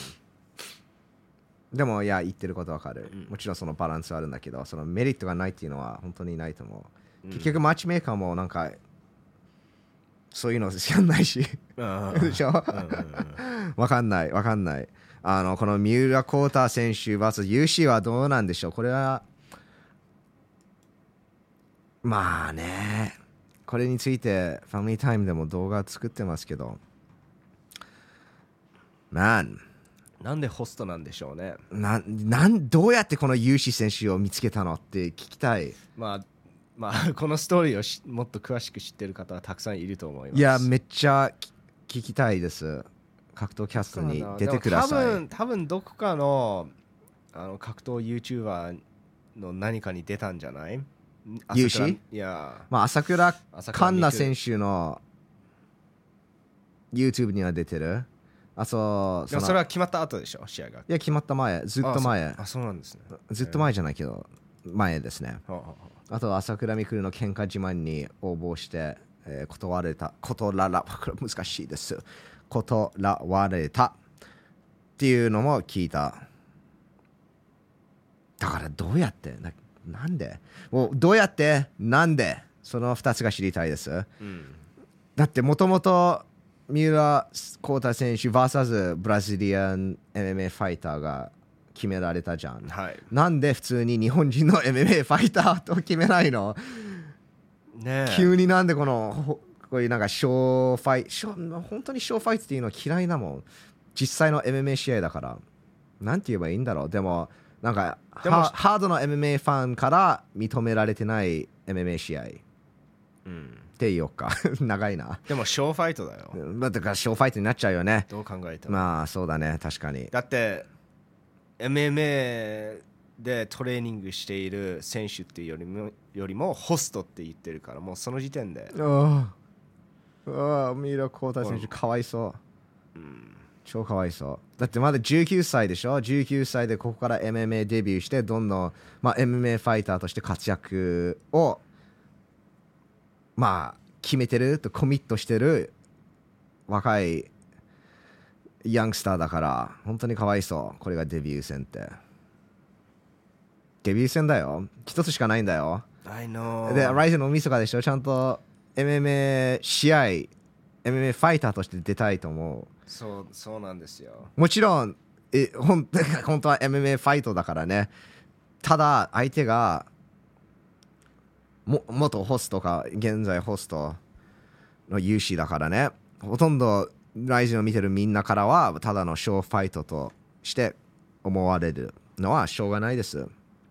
でもいや言ってることわかる。もちろんそのバランスはあるんだけど、そのメリットがないっていうのは本当にないと思う。結局マッチメーカーもなんかそういうの知らないしでしょ。わかんない。この三浦航太選手 vs UC はどうなんでしょう。これはまあね、これについてファミリータイムでも動画作ってますけど、なんでホストなんでしょうね。 どうやってこのUC 選手を見つけたのって聞きたい。 まあこのストーリーをもっと詳しく知ってる方はたくさんいると思います。 いやめっちゃ聞きたいです。格闘キャストに出てください。 多分どこかの格闘 YouTuber の何かに出たんじゃない ？UC？ いや、 まあ朝倉環奈選手の YouTube には出てる。 でもそれは決まった後でしょ、試合が。 いや決まった前、ずっと前。 そうなんですね。 ずっと前じゃないけど前ですね。あと朝倉未来の喧嘩自慢に応募して断られた難しいです断られたっていうのも聞いた。だからどうやってなんでもうどうやってなんでその2つが知りたいです、だってもともと三浦航太選手 vs ブラジリアン MMA ファイターが決められたじゃん、なんで普通に日本人の MMA ファイターと決めないの、 ね、 急になんでこういうなんかショーファイ本当にショーファイトっていうの嫌いなもん。実際の MMA 試合だからなんて言えばいいんだろう。でもなんかハードの MMA ファンから認められてない MMA 試合、って言おうか長いな。 でもショーファイトだよ。 だからショーファイトになっちゃうよね。 どう考えたら。 まあそうだね、確かに。 だって MMA でトレーニングしている選手っていうよりもホストって言ってるから、もうその時点で三浦航太選手かわいそう、超かわいそう。だってまだ19歳でしょ。19歳でここから MMA デビューしてどんどん、MMA ファイターとして活躍を決めてるとコミットしてる若いヤングスターだから本当にかわいそう。これがデビュー戦ってデビュー戦だよ。一つしかないんだよ。 I know。 でライズの大晦日でしょ。ちゃんと MMA 試合 MMA ファイターとして出たいと思う。 そうなんですよ。 もちろん本当は MMA ファイトだからね。ただ相手が元ホストか現在ホストの有志だからね。ほとんどライジンを見てるみんなからはただのショーファイトとして思われるのはしょうがないです。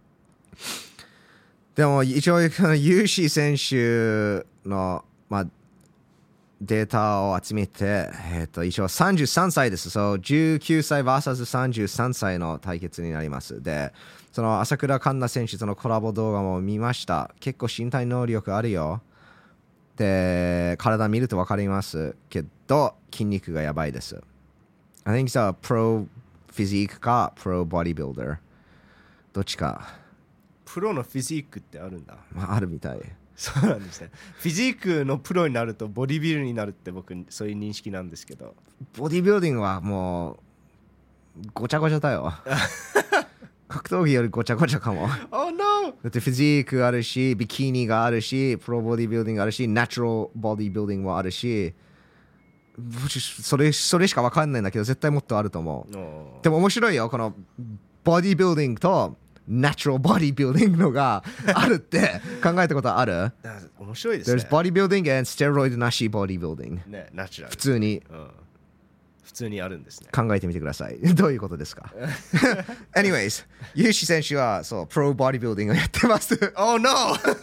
でも一応有志選手の、データを集めて、一応33歳です。そう、19歳 vs33 歳の対決になります。で、その朝倉環奈選手とのコラボ動画も見ました。結構身体能力あるよ。で、体見ると分かりますけど、筋肉がやばいです。I think it's a pro physique か pro bodybuilder。どっちか。 プロのフィジークってあるんだ。 あるみたい。 そうなんですね。フィジークのプロになるとボディビルになるって僕そういう認識なんですけど。 ボディビルディングはもうごちゃごちゃだよ。格闘技よりごちゃごちゃかも。 Oh no! だってフィジークあるし、ビキニがあるし、プロボディビルディングあるし、ナチュラルボディビルディングもあるし、それしか分かんないんだけど絶対もっとあると思う。でも面白いよ。このボディビルディングとナチュラルボディビルディングのがあるって考えたことある？ 面白いですね。 There's bodybuilding and steroid なしボディビルディング。 ね、ナチュラル。 普通に。 普通にあるんですね。 考えてみてください。どういうことですか？ Anyways、ユーシ選手はそう、プロボディビルディングをやってます。 Oh no!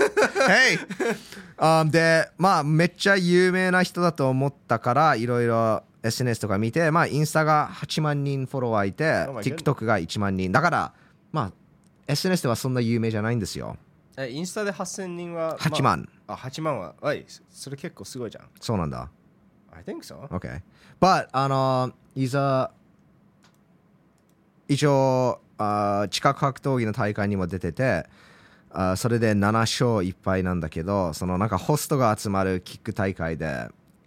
Hey! で、めっちゃ有名な人だと思ったから、いろいろ SNS とか見て、インスタが8万人フォロワーいて、TikTok が1万人。だから、SNS ではそんな有名じゃないんですよ。 インスタで8000人は、 8万。 8万は、それ結構すごいじゃん。 そうなんだ。 I think so. Okay. But, 一応、地下格闘技の大会にも出てて、それで7勝1敗なんだけど、そのなんかホストが集まるキック大会で、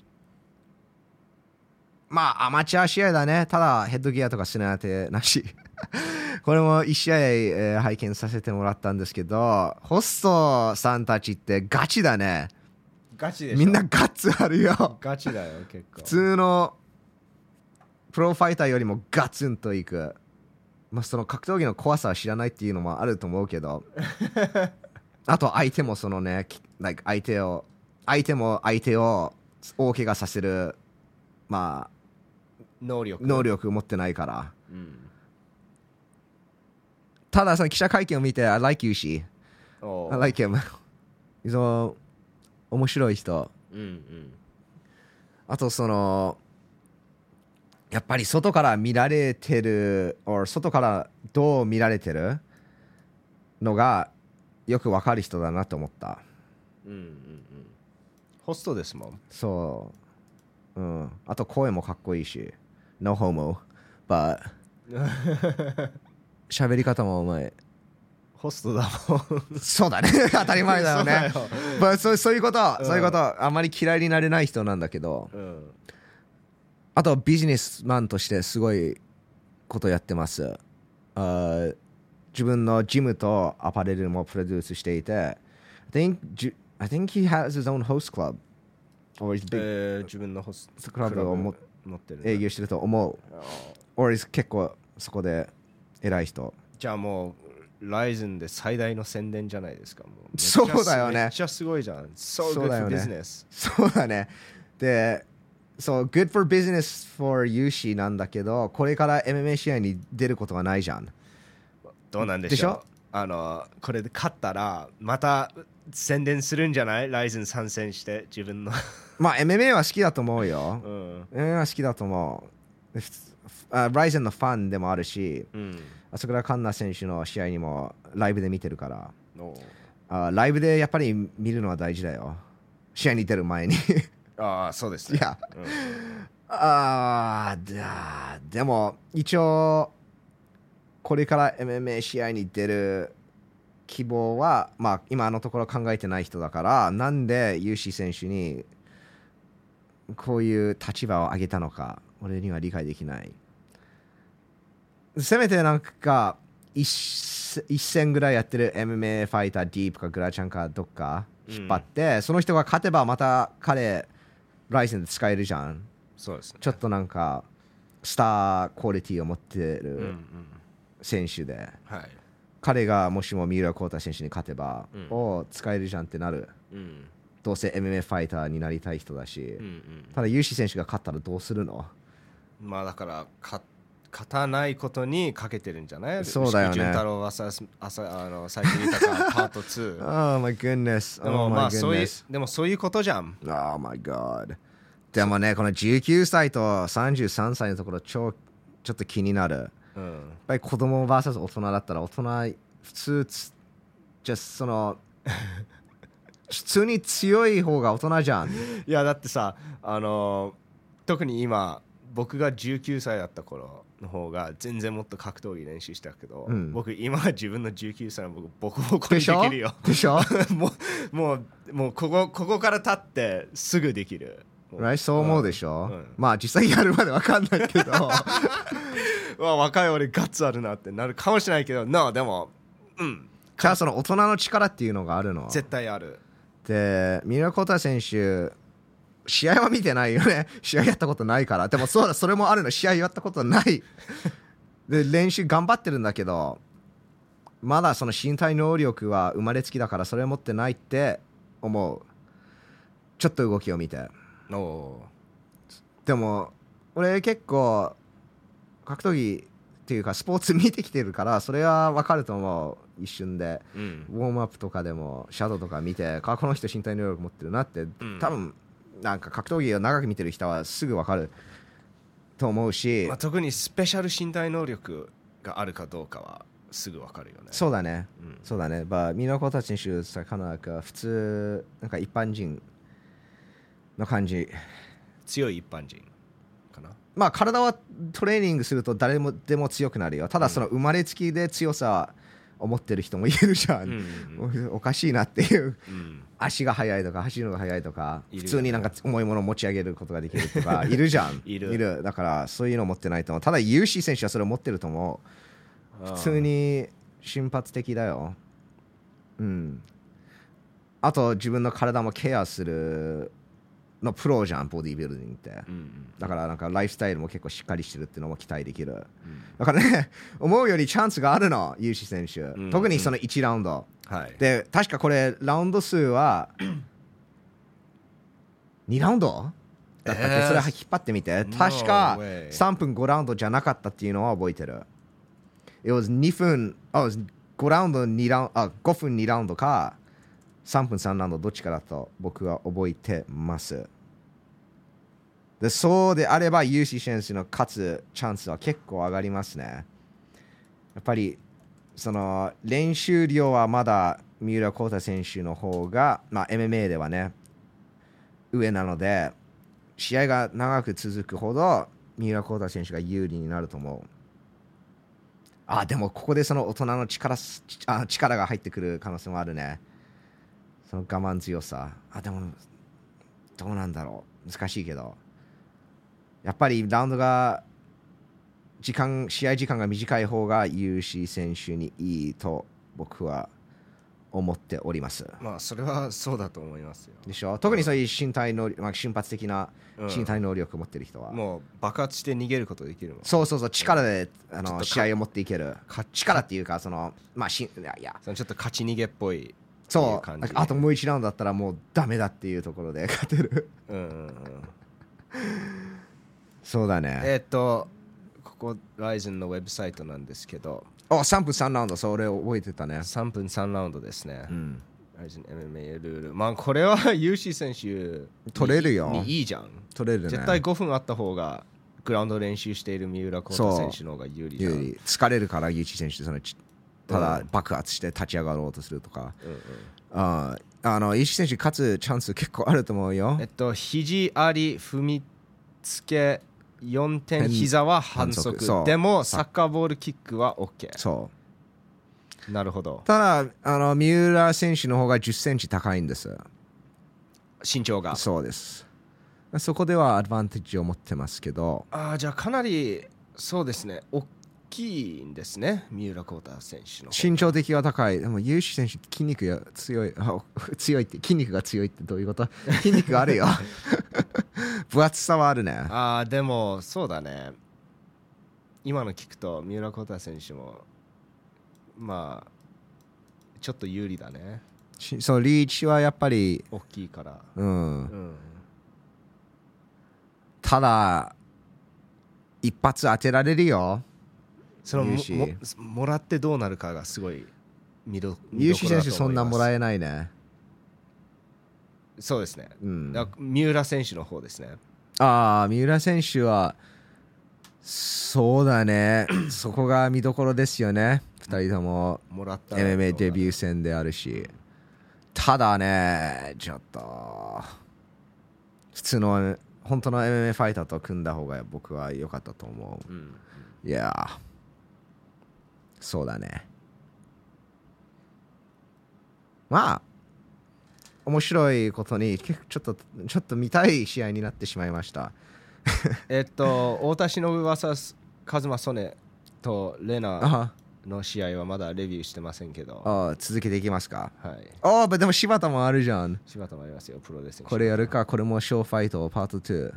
アマチュア試合だね。ただヘッドギアとかしないてなし。これも1試合、拝見させてもらったんですけど、ホストさんたちってガチだね。 ガチでしょ。 みんなガッツあるよ。 ガチだよ、結構。 普通のプロファイターよりもガツンといく。その格闘技の怖さは知らないっていうのもあると思うけど。あと相手もそのね、相手も相手を大怪我させる、 能力持ってないから。ただその記者会見を見て I like Yushi、I like him 面白い人、あとそのやっぱり外から見られてる外からどう見られてるのがよくわかる人だなと思った。 ホストですもん。 そう、あと声もかっこいいし No homo but 喋り方もうまい。 ホストだもん。 そうだね当たり前だよねそうだよまあそういうこと、 うんそういうことあまり嫌いになれない人なんだけど、 うんあとビジネスマンとしてすごいことやってます。自分のジムとアパレルもプロデュースしていて I think he has his own host club or he's big 自分のホストクラブを持ってる営業してると思う。or he's 結構そこで偉い人。 じゃあもうライズンで最大の宣伝じゃないですか。もうめっちゃそうだよねめっちゃすごいじゃん。So そ good うだ for よね business。 そうだね。で、そう、good for business for ユーシなんだけど、これから MMA 試合に出ることはないじゃん。 どうなんでしょう。 でしこれで勝ったらまた宣伝するんじゃない？ライズン参戦して自分のまあ MMA は好きだと思うよ。 うん、 MMA は好きだと思う。ライゼンのファンでもあるし、朝倉環奈選手の試合にもライブで見てるから、ライブでやっぱり見るのは大事だよ。試合に出る前にああそうですね。 いや、でも一応これから MMA 試合に出る希望は、まあ、今のところ考えてない人だからなんでユーシ選手にこういう立場を上げたのか俺には理解できない。せめてなんか一戦ぐらいやってる MMA ファイターディープかグラチャンかどっか引っ張って、その人が勝てばまた彼ライセンで使えるじゃん。 そうですね。 ちょっとなんかスタークオリティを持ってる選手で、 はい、 彼がもしも三浦航太選手に勝てば、使えるじゃんってなる、どうせ MMA ファイターになりたい人だし、ただユーシ選手が勝ったらどうするの？ まあだから勝たないことにかけてるんじゃない？ そうだよね。 潤太郎は斉藤豊パート2 Oh my goodness。 でもまあそういうことじゃん。 Oh my god。 でもねこの19歳と33歳のところちょっと気になる、やっぱり子供 vs 大人だったら大人普通じゃその普通に強い方が大人じゃん。 いやだってさ特に今僕が19歳だった頃の方が全然もっと格闘技練習したけど、僕今自分の19歳の僕ボコボコにできるよ。 でしょもうここから立ってすぐできる。 そう思うでしょ、まあ実際やるまで分かんないけど若い俺ガッツあるなってなるかもしれないけどでもじゃあその大人の力っていうのがあるの？ 絶対ある。 で三浦航太選手試合は見てないよね。試合やったことないから。でもそうだ、それもあるの。試合やったことないで練習頑張ってるんだけどまだその身体能力は生まれつきだからそれ持ってないって思う。ちょっと動きを見て。でも俺結構格闘技っていうかスポーツ見てきてるからそれは分かると思う。一瞬で、ウォームアップとかでもシャドウとか見てこの人身体能力持ってるなって、多分なんか格闘技を長く見てる人はすぐ分かると思うし、 特にスペシャル身体能力があるかどうかはすぐ分かるよね。 そうだね、そうだね。三浦航太選手さなんか普通なんか一般人の感じ。 強い一般人かな。 まあ体はトレーニングすると誰でも強くなるよ。ただその生まれつきで強さを持ってる人もいるじゃん、おかしいなっていう、足が速いとか走るのが速いとか普通になんか重いものを持ち上げることができるとかいるじゃんいる。だからそういうの持ってないと思う。ただユーシー選手はそれを持ってると思う。普通に瞬発的だよ。あと自分の体もケアするのプロじゃんボディービルディングって、だからなんかライフスタイルも結構しっかりしてるっていうのも期待できる、だからね思うよりチャンスがあるのユーシ選手、特にその1ラウンド、で確かこれラウンド数は2ラウンドだったっけ、それ引っ張ってみて。確か3分5ラウンドじゃなかったっていうのは覚えてる。It was 2分5ラウンド2ラウンド5分2ラウンドか3分3ラウンドどっちかだと僕は覚えてます。でそうであればユーシ選手の勝つチャンスは結構上がりますね。やっぱりその練習量はまだ三浦航太選手の方が、MMA ではね上なので試合が長く続くほど三浦航太選手が有利になると思う。 でもここでその大人の力が入ってくる可能性もあるね。その我慢強さ。でもどうなんだろう。難しいけど。やっぱりラウンドが試合時間が短い方がユーシー選手にいいと僕は思っております。 まあそれはそうだと思いますよ。 でしょ。特にそういう身体能力、瞬発的な身体能力を持ってる人は、 もう爆発して逃げることできるもん。 そう力で試合を持っていける。力っていうかそのいやそのちょっと勝ち逃げっぽいそう感じ。 あともう1ラウンドだったらもうダメだっていうところで勝てる。そうだね。 ここライゼンのウェブサイトなんですけど、 3分3ラウンド、それ覚えてたね。 3分3ラウンドですね。ライゼン MMA ルール。まあこれはUC 選手取れるよ。 いいじゃん。 取れるね。 絶対5分あった方がグラウンド練習している三浦浩太選手の方が有利じゃん。 疲れるから UC 選手ただ爆発して立ち上がろうとするとか。UC 選手勝つチャンス結構あると思うよ。 肘あり踏みつけ4点膝は反則。でもサッカーボールキックは OK。 そうなるほど。 ただ三浦選手の方が10センチ高いんです。 身長が。 そうです。そこではアドバンテージを持ってますけど。 じゃあかなりそうですね、大きいんですね、三浦浩太選手の。 身長的は高い。でもユーシ選手筋肉が強いって筋肉が強いってどういうこと？筋肉があるよ。分厚さはあるね。 でもそうだね、今の聞くと三浦浩太選手もまあちょっと有利だね。 そうリーチはやっぱり大きいから。 ただ一発当てられるよ。 そのもらってどうなるかがすごい見どころだと思います。 ユーシ選手そんなもらえないね。 そうですね、三浦選手の方ですね。 三浦選手はそうだね。そこが見どころですよね。2人とも MMA デビュー戦であるし。ただね、ちょっと普通の本当の MMA ファイターと組んだ方が僕は良かったと思う。いやそうだね。まあ面白いことにちょっと見たい試合になってしまいました。 太田忍 vs カズマソネとレナの試合はまだレビューしてませんけど。 続けていきますか。 はい。 でも柴田もあるじゃん。 柴田もありますよ、プロレス。 これやるか。これもショーファイトパート2。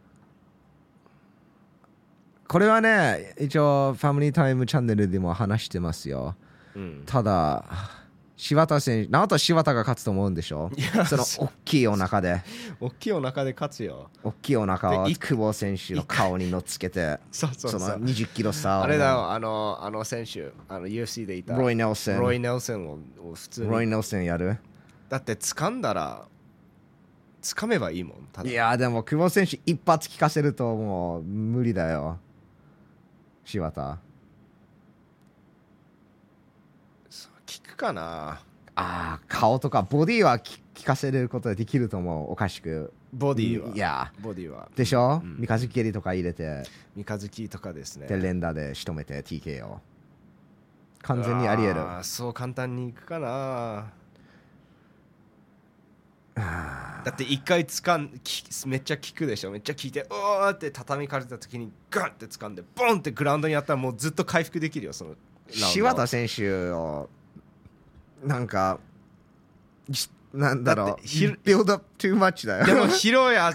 これはね、一応ファミリータイムチャンネルでも話してますよ。ただ柴田選手、なんと柴田が勝つと思うんでしょ。その大きいお腹で大きいお腹で勝つよ。 大きいお腹を久保選手の顔に乗っつけてその20キロ差を。 あれだよ、あの選手、UFC でいたロイ・ネルソンを普通にロイ・ネルソンやる。 だって掴んだら掴めばいいもん。 いやでも久保選手一発効かせるともう無理だよ柴田。 効くかな。 顔とかボディは効かせることができると思う。おかしくボディは。 いやボディはでしょ、三日月蹴りとか入れて三日月とかですね。 で連打で仕留めて TK を完全にあり得る。 そう簡単にいくかな。だって一回めっちゃ効くでしょ。めっちゃ効いておーって畳みかれた時にガンって掴んでボンってグラウンドにやったらもうずっと回復できるよ。その柴田選手をなんかなんだろう、build up too much だよ。 でもヒロヤ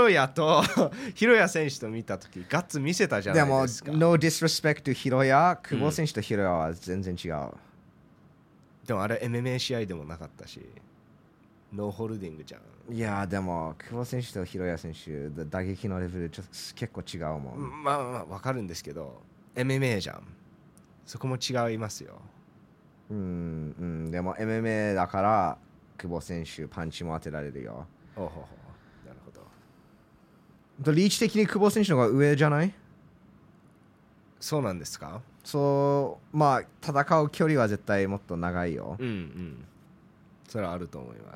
選手と見たときガッツ見せたじゃないですか。 でも no disrespect to ヒロヤ、久保選手とヒロヤは全然違う。 でもあれ MMA 試合でもなかったしノーホールディングじゃん。 いやでも久保選手とヒロヤ選手打撃のレベル結構違うもん。 まあ分かるんですけど MMA じゃん。そこも違いますよ。 でも MMA だから久保選手パンチも当てられるよ。 なるほど。 リーチ的に久保選手の方が上じゃない？ そうなんですか？ まあ戦う距離は絶対もっと長いよ。 それはあると思います。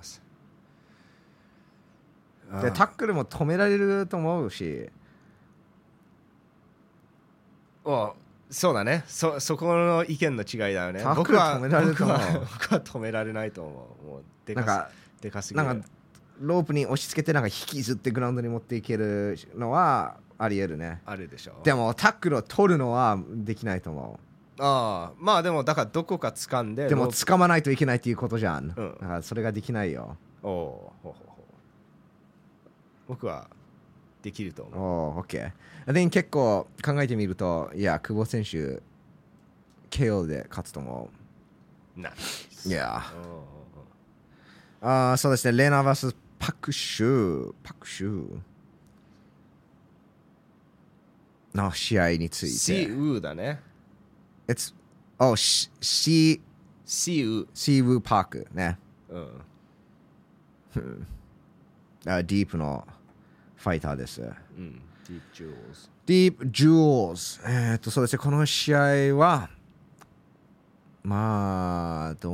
でタックルも止められると思うし。 そうだね。そこの意見の違いだよね。 タックル止められると思う。 僕は止められないと思う。もうでかすぎる。 なんかロープに押し付けてなんか引きずってグラウンドに持っていけるのはありえるね。 あるでしょ。 でもタックルを取るのはできないと思ああ、まあでもだからどこか掴んで。 う。でも掴まないといけないっていうことじゃん。 うん、 だからそれができないよ。 おお、僕はできると思う。 おー、OK。で結構考えてみると、いや、久保選手、KO で勝つと思う。ナイス。 いや。そうですね、レナ vs パクシュの試合について。 シーウーだね。 シーウーパークね。 うん。 ディープのファイターです。 うん。ディープジュールズ。 ディープジュールズ。そうですね、この試合は、まあ、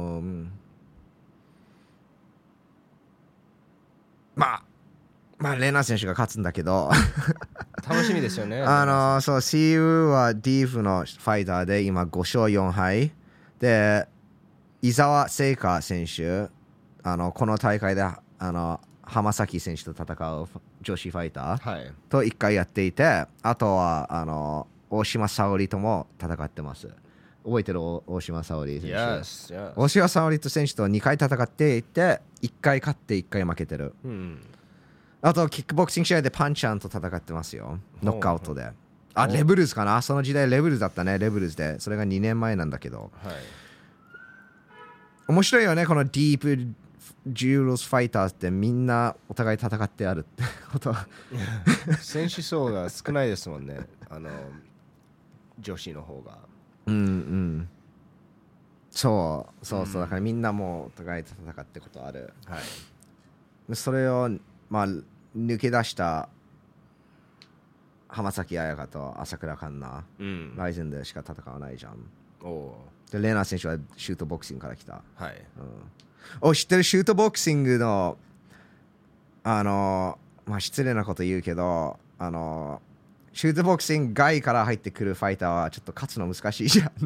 まあ、レナ選手が勝つんだけど楽しみですよね。 そう、シーウはディープのファイターで今5勝4敗。で、伊沢聖華選手、この大会で、浜崎選手と戦う女子ファイターと1回やっていて、あとは、大島沙織とも戦ってます。覚えてる大島沙織選手。 Yes. 大島沙織選手と2回戦っていて、1回勝って1回負けてる。あと、キックボクシング試合でパンチャンと戦ってますよ。ノックアウトで。レブルズかな、その時代レブルズだったね、レブルズで。それが2年前なんだけど。面白いよね、このディープジュールズファイターってみんなお互い戦ってあるってことは。 選手層が少ないですもんね。女子の方が。 そう、だからみんなもうお互い戦ってことある。それを、まあ、抜け出した浜崎彩香と朝倉環奈、ライゼンでしか戦わないじゃん。で、レーナ選手はシュートボクシングから来た。知ってるシュートボクシングの、まあ、失礼なこと言うけど、シュートボクシング外から入ってくるファイターはちょっと勝つの難しいじゃん。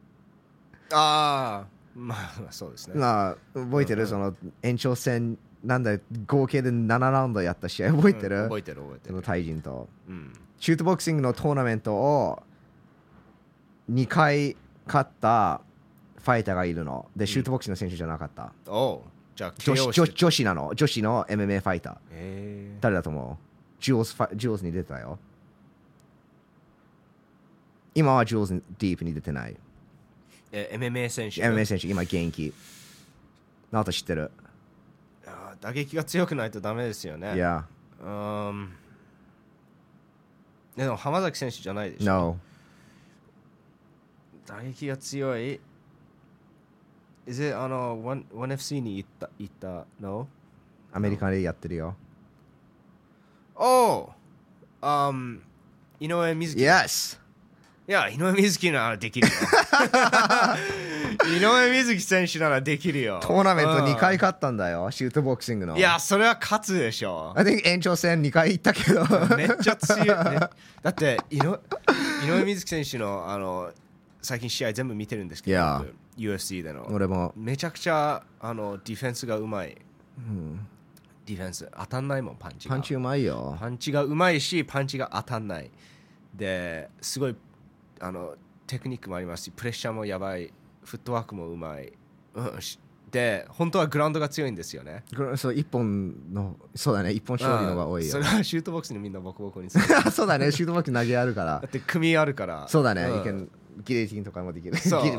まあそうですね。 覚えてる、その延長戦なんだ合計で7ラウンドやった試合覚えてる？ 覚えてる。 そのタイ人と、シュートボクシングのトーナメントを2回勝ったファイターがいるので、シュートボクシングの選手じゃなかった。 じゃあ女子の MMA ファイター。誰だと思う？ジューズに出てたよ。今はジューズディープに出てない。 MMA 選手。 今現役。ナオト知ってる？ 打撃が強くないとダメですよね。でも浜崎選手じゃないでしょ。 No。 打撃が強い。Is it ONEFC に行ったの？ アメリカでやってるよ。 井上瑞稀。 Yes。 いや、井上瑞稀ならできるよ。井上瑞稀選手ならできるよ。 トーナメント2回勝ったんだよ、シュートボクシングの。 いや、それは勝つでしょ。 I think 延長戦2回行ったけど。 めっちゃ強い、ね。だって、井上瑞稀選手の、最近試合全部見てるんですけど、UFC での。 俺も。 めちゃくちゃディフェンスがうまい。ディフェンス当たんないもん、パンチが。 パンチうまいよ。 パンチがうまいし、パンチが当たんない。で、すごいテクニックもありますし、プレッシャーもやばい、フットワークもうまい。で、本当はグラウンドが強いんですよね。 そう、一本勝利のが多いよ。 それはシュートボックスにみんなボコボコにする。 そうだね、シュートボックス投げあるから。 だって組あるから。 そうだね、ギレーティンとかもできる。